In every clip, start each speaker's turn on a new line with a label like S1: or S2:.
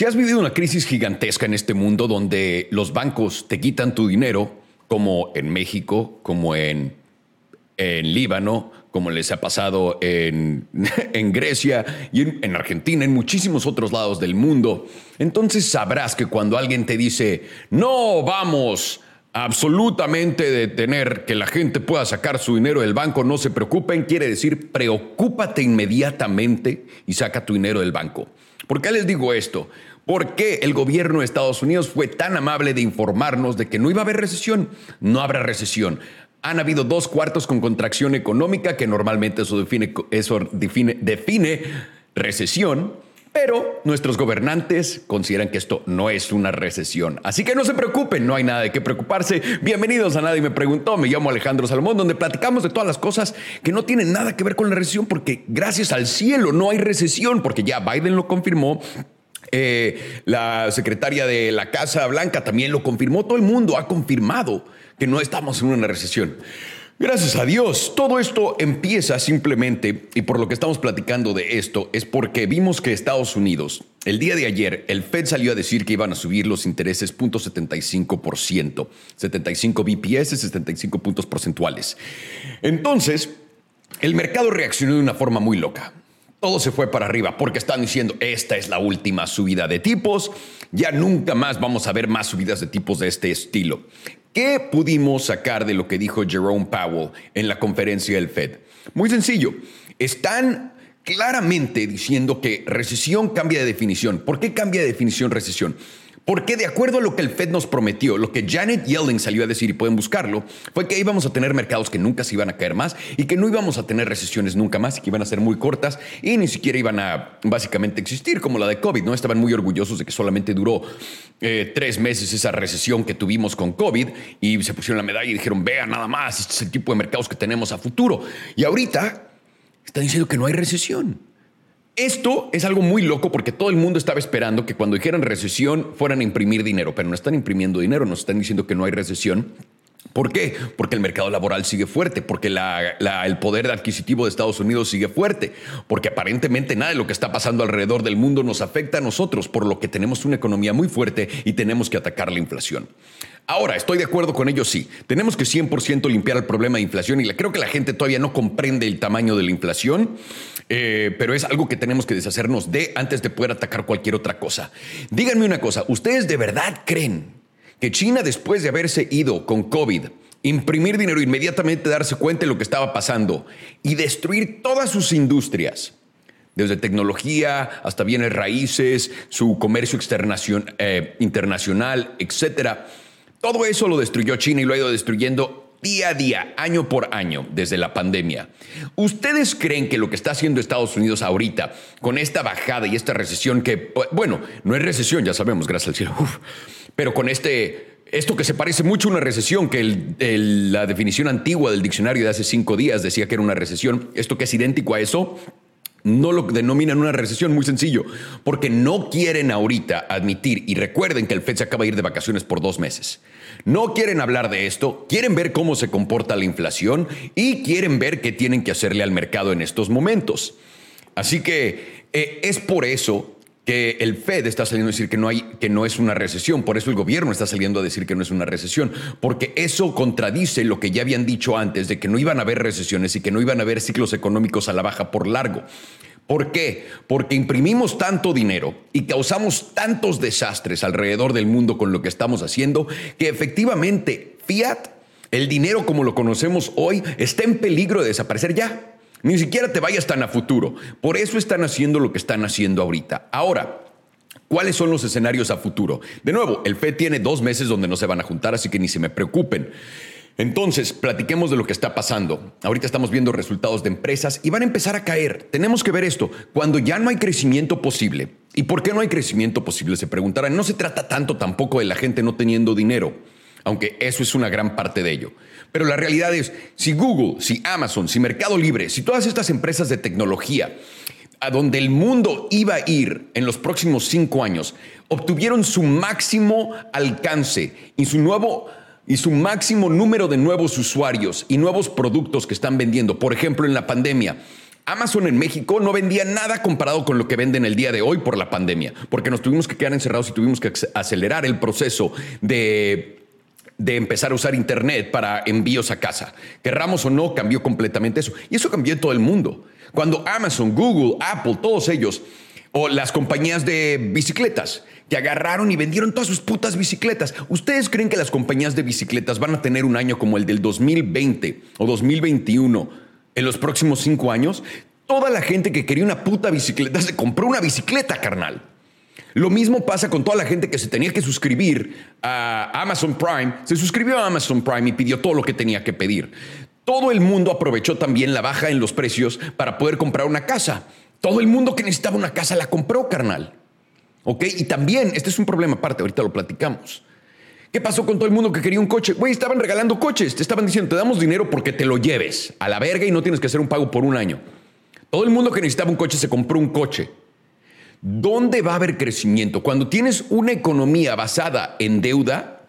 S1: Si has vivido una crisis gigantesca en este mundo donde los bancos te quitan tu dinero, como en México, como en Líbano, como les ha pasado en Grecia y en Argentina, en muchísimos otros lados del mundo, entonces sabrás que cuando alguien te dice, no vamos absolutamente detener que la gente pueda sacar su dinero del banco, no se preocupen, quiere decir preocúpate inmediatamente y saca tu dinero del banco. ¿Por qué les digo esto? Porque el gobierno de Estados Unidos fue tan amable de informarnos de que no iba a haber recesión. No habrá recesión. Han habido 2 cuartos con contracción económica, que normalmente eso define recesión, pero nuestros gobernantes consideran que esto no es una recesión. Así que no se preocupen, no hay nada de qué preocuparse. Bienvenidos a Nadie Me Preguntó. Me llamo Alejandro Salomón, donde platicamos de todas las cosas que no tienen nada que ver con la recesión, porque gracias al cielo no hay recesión, porque ya Biden lo confirmó. La secretaria de la Casa Blanca también lo confirmó. Todo el mundo ha confirmado que no estamos en una recesión. Gracias a Dios. Todo esto empieza simplemente, y por lo que estamos platicando de esto, es porque vimos que Estados Unidos, el día de ayer, el Fed salió a decir que iban a subir los intereses 0.75%, 75 BPS, 75 puntos porcentuales. Entonces, el mercado reaccionó de una forma muy loca. Todo se fue para arriba porque están diciendo, esta es la última subida de tipos, ya nunca más vamos a ver más subidas de tipos de este estilo. ¿Qué pudimos sacar de lo que dijo Jerome Powell en la conferencia del Fed? Muy sencillo, están claramente diciendo que recesión cambia de definición. ¿Por qué cambia de definición recesión? Porque de acuerdo a lo que el Fed nos prometió, lo que Janet Yellen salió a decir, y pueden buscarlo, fue que íbamos a tener mercados que nunca se iban a caer más y que no íbamos a tener recesiones nunca más y que iban a ser muy cortas y ni siquiera iban a básicamente existir, como la de COVID, ¿no? Estaban muy orgullosos de que solamente duró 3 meses esa recesión que tuvimos con COVID y se pusieron la medalla y dijeron, vean nada más, este es el tipo de mercados que tenemos a futuro. Y ahorita están diciendo que no hay recesión. Esto es algo muy loco porque todo el mundo estaba esperando que cuando dijeran recesión fueran a imprimir dinero, pero no están imprimiendo dinero, nos están diciendo que no hay recesión. ¿Por qué? Porque el mercado laboral sigue fuerte, porque el poder adquisitivo de Estados Unidos sigue fuerte, porque aparentemente nada de lo que está pasando alrededor del mundo nos afecta a nosotros, por lo que tenemos una economía muy fuerte y tenemos que atacar la inflación. Ahora, estoy de acuerdo con ello, sí. Tenemos que 100% limpiar el problema de inflación y creo que la gente todavía no comprende el tamaño de la inflación, pero es algo que tenemos que deshacernos de antes de poder atacar cualquier otra cosa. Díganme una cosa, ¿ustedes de verdad creen que China, después de haberse ido con COVID, imprimir dinero, inmediatamente darse cuenta de lo que estaba pasando y destruir todas sus industrias, desde tecnología hasta bienes raíces, su comercio internacional, etcétera? Todo eso lo destruyó China y lo ha ido destruyendo día a día, año por año, desde la pandemia. ¿Ustedes creen que lo que está haciendo Estados Unidos ahorita, con esta bajada y esta recesión, que, bueno, no es recesión, ya sabemos, gracias al cielo, pero con esto que se parece mucho a una recesión, que la definición antigua del diccionario de hace 5 días decía que era una recesión, esto que es idéntico a eso, no lo denominan una recesión, muy sencillo, porque no quieren ahorita admitir, y recuerden que el Fed se acaba de ir de vacaciones por 2 meses, no quieren hablar de esto, quieren ver cómo se comporta la inflación y quieren ver qué tienen que hacerle al mercado en estos momentos. Así que es por eso que el Fed está saliendo a decir que no es una recesión, por eso el gobierno está saliendo a decir que no es una recesión, porque eso contradice lo que ya habían dicho antes de que no iban a haber recesiones y que no iban a haber ciclos económicos a la baja por largo. ¿Por qué? Porque imprimimos tanto dinero y causamos tantos desastres alrededor del mundo con lo que estamos haciendo que efectivamente fiat, el dinero como lo conocemos hoy, está en peligro de desaparecer ya. Ni siquiera te vayas tan a futuro. Por eso están haciendo lo que están haciendo ahorita. Ahora, ¿cuáles son los escenarios a futuro? De nuevo, el Fed tiene 2 meses donde no se van a juntar, así que ni se me preocupen. Entonces, platiquemos de lo que está pasando. Ahorita estamos viendo resultados de empresas y van a empezar a caer. Tenemos que ver esto. Cuando ya no hay crecimiento posible. ¿Y por qué no hay crecimiento posible? Se preguntarán. No se trata tanto tampoco de la gente no teniendo dinero, aunque eso es una gran parte de ello. Pero la realidad es, si Google, si Amazon, si Mercado Libre, si todas estas empresas de tecnología, a donde el mundo iba a ir en los próximos 5 años, obtuvieron su máximo alcance y su máximo número de nuevos usuarios y nuevos productos que están vendiendo, por ejemplo, en la pandemia, Amazon en México no vendía nada comparado con lo que venden el día de hoy por la pandemia, porque nos tuvimos que quedar encerrados y tuvimos que acelerar el proceso de empezar a usar Internet para envíos a casa. Querramos o no, cambió completamente eso. Y eso cambió en todo el mundo. Cuando Amazon, Google, Apple, todos ellos, o las compañías de bicicletas, que agarraron y vendieron todas sus putas bicicletas. ¿Ustedes creen que las compañías de bicicletas van a tener un año como el del 2020 o 2021 en los próximos 5 años? Toda la gente que quería una puta bicicleta se compró una bicicleta, carnal. Lo mismo pasa con toda la gente que se tenía que suscribir a Amazon Prime. Se suscribió a Amazon Prime y pidió todo lo que tenía que pedir. Todo el mundo aprovechó también la baja en los precios para poder comprar una casa. Todo el mundo que necesitaba una casa la compró, carnal. ¿Ok? Y también, este es un problema aparte, ahorita lo platicamos. ¿Qué pasó con todo el mundo que quería un coche? Güey, estaban regalando coches. Te estaban diciendo, te damos dinero porque te lo lleves a la verga y no tienes que hacer un pago por un año. Todo el mundo que necesitaba un coche se compró un coche. ¿Dónde va a haber crecimiento? Cuando tienes una economía basada en deuda,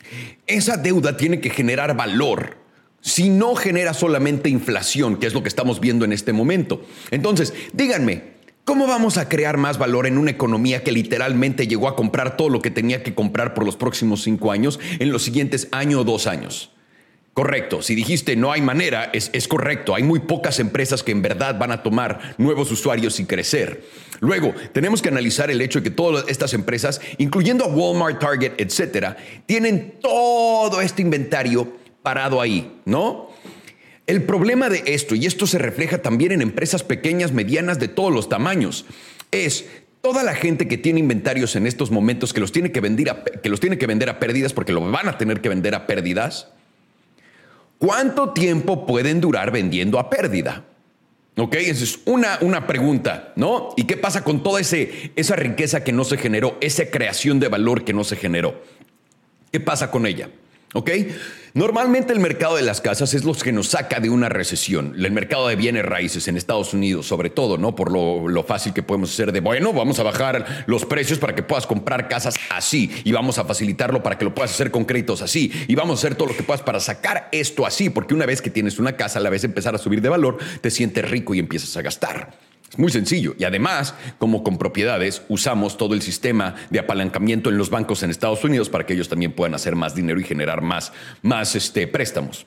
S1: esa deuda tiene que generar valor. Si no genera solamente inflación, que es lo que estamos viendo en este momento. Entonces, díganme, ¿cómo vamos a crear más valor en una economía que literalmente llegó a comprar todo lo que tenía que comprar por los próximos 5 años en los siguientes año o 2 años? Correcto, si dijiste no hay manera, es correcto. Hay muy pocas empresas que en verdad van a tomar nuevos usuarios y crecer. Luego, tenemos que analizar el hecho de que todas estas empresas, incluyendo a Walmart, Target, etcétera, tienen todo este inventario parado ahí, ¿no? El problema de esto, y esto se refleja también en empresas pequeñas, medianas, de todos los tamaños, es toda la gente que tiene inventarios en estos momentos que los tiene que vender a pérdidas porque lo van a tener que vender a pérdidas. ¿Cuánto tiempo pueden durar vendiendo a pérdida? ¿Ok? Esa es una pregunta, ¿no? ¿Y qué pasa con toda esa riqueza que no se generó, esa creación de valor que no se generó? ¿Qué pasa con ella? ¿Ok? Normalmente el mercado de las casas es lo que nos saca de una recesión. El mercado de bienes raíces en Estados Unidos, sobre todo, ¿no? Por lo fácil que podemos hacer de, bueno, vamos a bajar los precios para que puedas comprar casas así y vamos a facilitarlo para que lo puedas hacer con créditos así y vamos a hacer todo lo que puedas para sacar esto así, porque una vez que tienes una casa, a la vez empezar a subir de valor, te sientes rico y empiezas a gastar. Es muy sencillo. Y además, como con propiedades, usamos todo el sistema de apalancamiento en los bancos en Estados Unidos para que ellos también puedan hacer más dinero y generar más préstamos.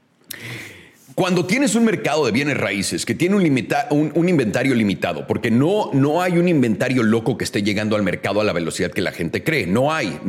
S1: Cuando tienes un mercado de bienes raíces que tiene un inventario limitado, porque no hay un inventario loco que esté llegando al mercado a la velocidad que la gente cree. No hay.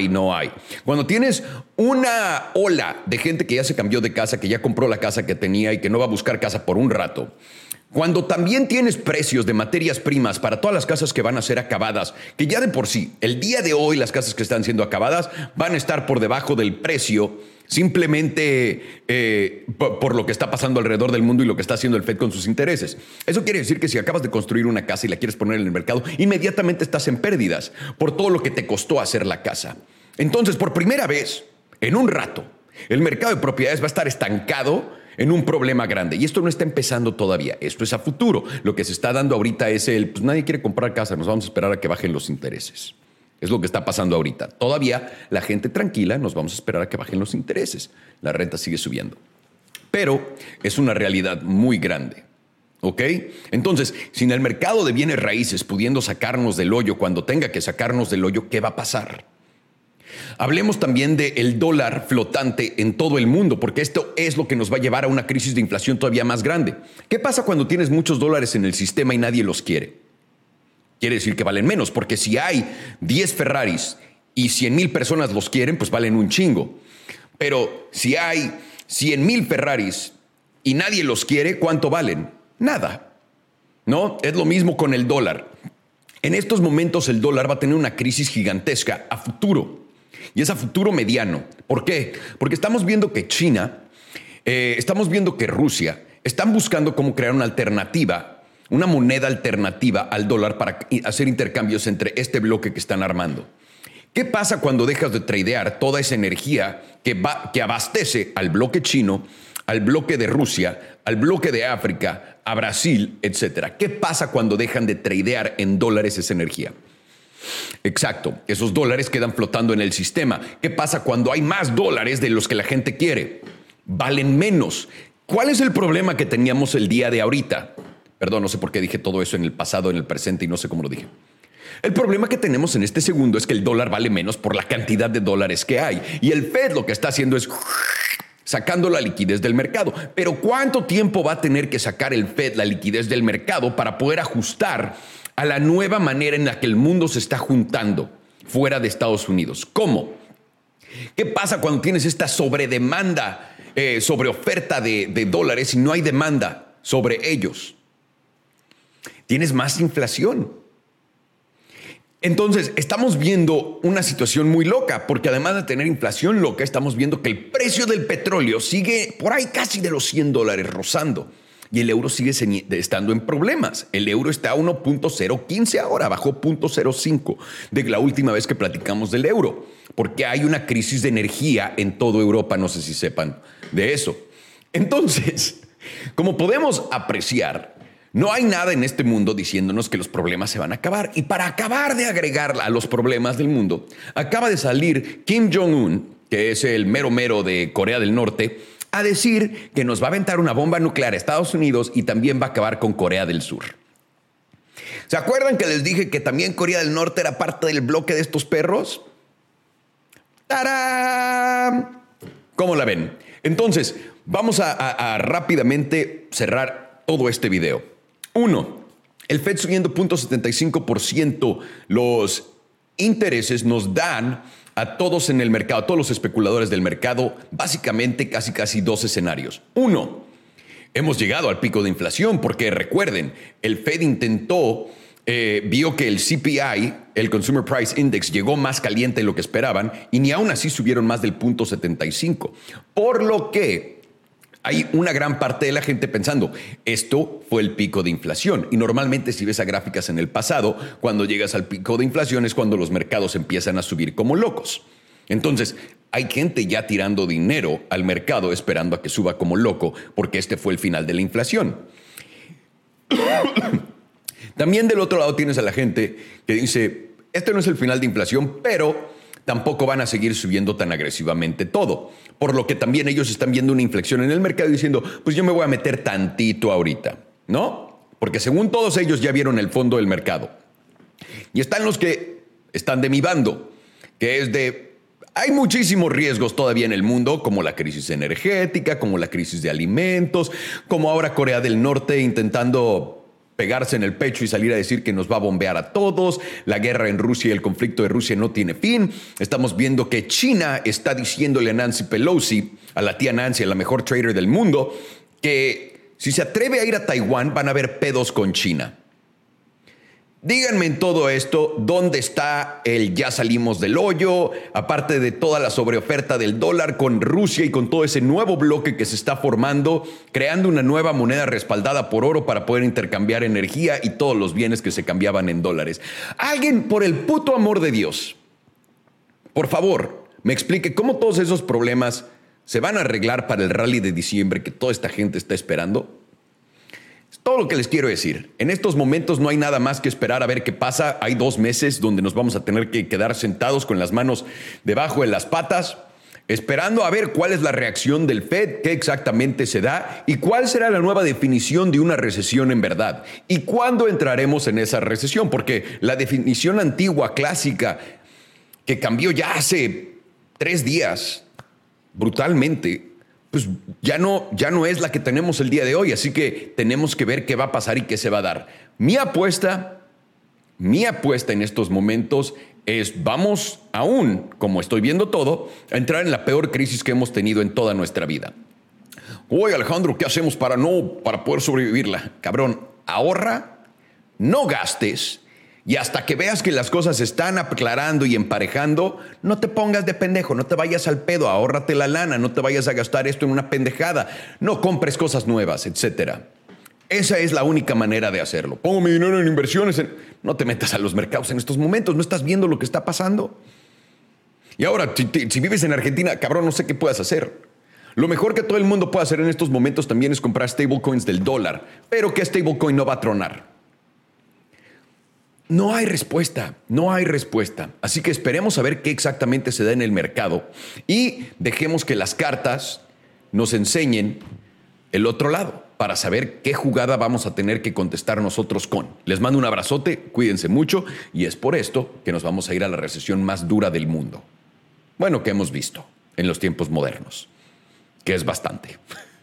S1: Cuando tienes una ola de gente que ya se cambió de casa, que ya compró la casa que tenía y que no va a buscar casa por un rato, cuando también tienes precios de materias primas para todas las casas que van a ser acabadas, que ya de por sí, el día de hoy las casas que están siendo acabadas van a estar por debajo del precio simplemente por lo que está pasando alrededor del mundo y lo que está haciendo el Fed con sus intereses. Eso quiere decir que si acabas de construir una casa y la quieres poner en el mercado, inmediatamente estás en pérdidas por todo lo que te costó hacer la casa. Entonces, por primera vez, en un rato, el mercado de propiedades va a estar estancado en un problema grande. Y esto no está empezando todavía. Esto es a futuro. Lo que se está dando ahorita es pues nadie quiere comprar casa. Nos vamos a esperar a que bajen los intereses. Es lo que está pasando ahorita. Todavía la gente tranquila, nos vamos a esperar a que bajen los intereses. La renta sigue subiendo. Pero es una realidad muy grande. ¿Ok? Entonces, sin el mercado de bienes raíces pudiendo sacarnos del hoyo cuando tenga que sacarnos del hoyo, ¿qué va a pasar? Hablemos también del dólar flotante en todo el mundo, porque esto es lo que nos va a llevar a una crisis de inflación todavía más grande. ¿Qué pasa cuando tienes muchos dólares en el sistema y nadie los quiere? Quiere decir que valen menos, porque si hay 10 Ferraris y 100,000 personas los quieren, pues valen un chingo. Pero si hay 100,000 Ferraris y nadie los quiere, ¿cuánto valen? Nada. ¿No? Es lo mismo con el dólar. En estos momentos el dólar va a tener una crisis gigantesca a futuro. Y es a futuro mediano. ¿Por qué? Porque estamos viendo que China, estamos viendo que Rusia están buscando cómo crear una alternativa, una moneda alternativa al dólar para hacer intercambios entre este bloque que están armando. ¿Qué pasa cuando dejas de tradear toda esa energía que abastece al bloque chino, al bloque de Rusia, al bloque de África, a Brasil, etcétera? ¿Qué pasa cuando dejan de tradear en dólares esa energía? Exacto, esos dólares quedan flotando en el sistema. ¿Qué pasa cuando hay más dólares de los que la gente quiere? Valen menos. ¿Cuál es el problema que teníamos el día de ahorita? Perdón, no sé por qué dije todo eso en el pasado, en el presente y no sé cómo lo dije. El problema que tenemos en este segundo es que el dólar vale menos por la cantidad de dólares que hay. Y el Fed lo que está haciendo es sacando la liquidez del mercado. Pero ¿cuánto tiempo va a tener que sacar el Fed la liquidez del mercado para poder ajustar a la nueva manera en la que el mundo se está juntando fuera de Estados Unidos? ¿Cómo? ¿Qué pasa cuando tienes esta sobredemanda, sobre oferta de dólares y no hay demanda sobre ellos? Tienes más inflación. Entonces, estamos viendo una situación muy loca, porque además de tener inflación loca, estamos viendo que el precio del petróleo sigue por ahí casi de los $100 rozando. Y el euro sigue estando en problemas. El euro está a 1.015 ahora, bajó 0.05 de la última vez que platicamos del euro, porque hay una crisis de energía en toda Europa, no sé si sepan de eso. Entonces, como podemos apreciar, no hay nada en este mundo diciéndonos que los problemas se van a acabar. Y para acabar de agregar a los problemas del mundo, acaba de salir Kim Jong-un, que es el mero mero de Corea del Norte, a decir que nos va a aventar una bomba nuclear a Estados Unidos y también va a acabar con Corea del Sur. ¿Se acuerdan que les dije que también Corea del Norte era parte del bloque de estos perros? ¡Tarán! ¿Cómo la ven? Entonces, vamos a rápidamente cerrar todo este video. 1. El Fed subiendo 0.75%. Los intereses nos dan a todos en el mercado, a todos los especuladores del mercado, básicamente casi dos escenarios. 1. Hemos llegado al pico de inflación porque recuerden, el Fed intentó, vio que el CPI, el Consumer Price Index, llegó más caliente de lo que esperaban y ni aún así subieron más del 0.75. Por lo que hay una gran parte de la gente pensando, esto fue el pico de inflación. Y normalmente si ves a gráficas en el pasado, cuando llegas al pico de inflación es cuando los mercados empiezan a subir como locos. Entonces, hay gente ya tirando dinero al mercado esperando a que suba como loco, porque este fue el final de la inflación. También del otro lado tienes a la gente que dice, este no es el final de inflación, pero tampoco van a seguir subiendo tan agresivamente todo. Por lo que también ellos están viendo una inflexión en el mercado diciendo, pues yo me voy a meter tantito ahorita, ¿no? Porque según todos ellos ya vieron el fondo del mercado. Y están los que están de mi bando, que es de, hay muchísimos riesgos todavía en el mundo, como la crisis energética, como la crisis de alimentos, como ahora Corea del Norte intentando pegarse en el pecho y salir a decir que nos va a bombear a todos. La guerra en Rusia y el conflicto de Rusia no tiene fin. Estamos viendo que China está diciéndole a Nancy Pelosi, a la tía Nancy, a la mejor trader del mundo, que si se atreve a ir a Taiwán van a haber pedos con China. Díganme en todo esto, ¿dónde está el ya salimos del hoyo? Aparte de toda la sobreoferta del dólar con Rusia y con todo ese nuevo bloque que se está formando, creando una nueva moneda respaldada por oro para poder intercambiar energía y todos los bienes que se cambiaban en dólares. Alguien, por el puto amor de Dios, por favor, me explique cómo todos esos problemas se van a arreglar para el rally de diciembre que toda esta gente está esperando. Es todo lo que les quiero decir. En estos momentos no hay nada más que esperar a ver qué pasa. Hay 2 meses donde nos vamos a tener que quedar sentados con las manos debajo de las patas, esperando a ver cuál es la reacción del Fed, qué exactamente se da y cuál será la nueva definición de una recesión en verdad. Y cuándo entraremos en esa recesión, porque la definición antigua, clásica, que cambió ya hace 3 días, brutalmente, pues ya no es la que tenemos el día de hoy, así que tenemos que ver qué va a pasar y qué se va a dar. Mi apuesta en estos momentos es, vamos aún, como estoy viendo todo, a entrar en la peor crisis que hemos tenido en toda nuestra vida. Oye, Alejandro, ¿qué hacemos para poder sobrevivirla? Cabrón, ahorra, no gastes. Y hasta que veas que las cosas se están aclarando y emparejando, no te pongas de pendejo, no te vayas al pedo, ahórrate la lana, no te vayas a gastar esto en una pendejada, no compres cosas nuevas, etc. Esa es la única manera de hacerlo. Pongo mi dinero en inversiones. No te metas a los mercados en estos momentos, no estás viendo lo que está pasando. Y ahora, si vives en Argentina, cabrón, no sé qué puedas hacer. Lo mejor que todo el mundo puede hacer en estos momentos también es comprar stablecoins del dólar, pero ¿qué stablecoin no va a tronar? No hay respuesta. Así que esperemos a ver qué exactamente se da en el mercado y dejemos que las cartas nos enseñen el otro lado. para saber qué jugada vamos a tener que contestar nosotros con. Les mando un abrazote, cuídense mucho y es por esto que nos vamos a ir a la recesión más dura del mundo. Bueno, que hemos visto en los tiempos modernos, que es bastante.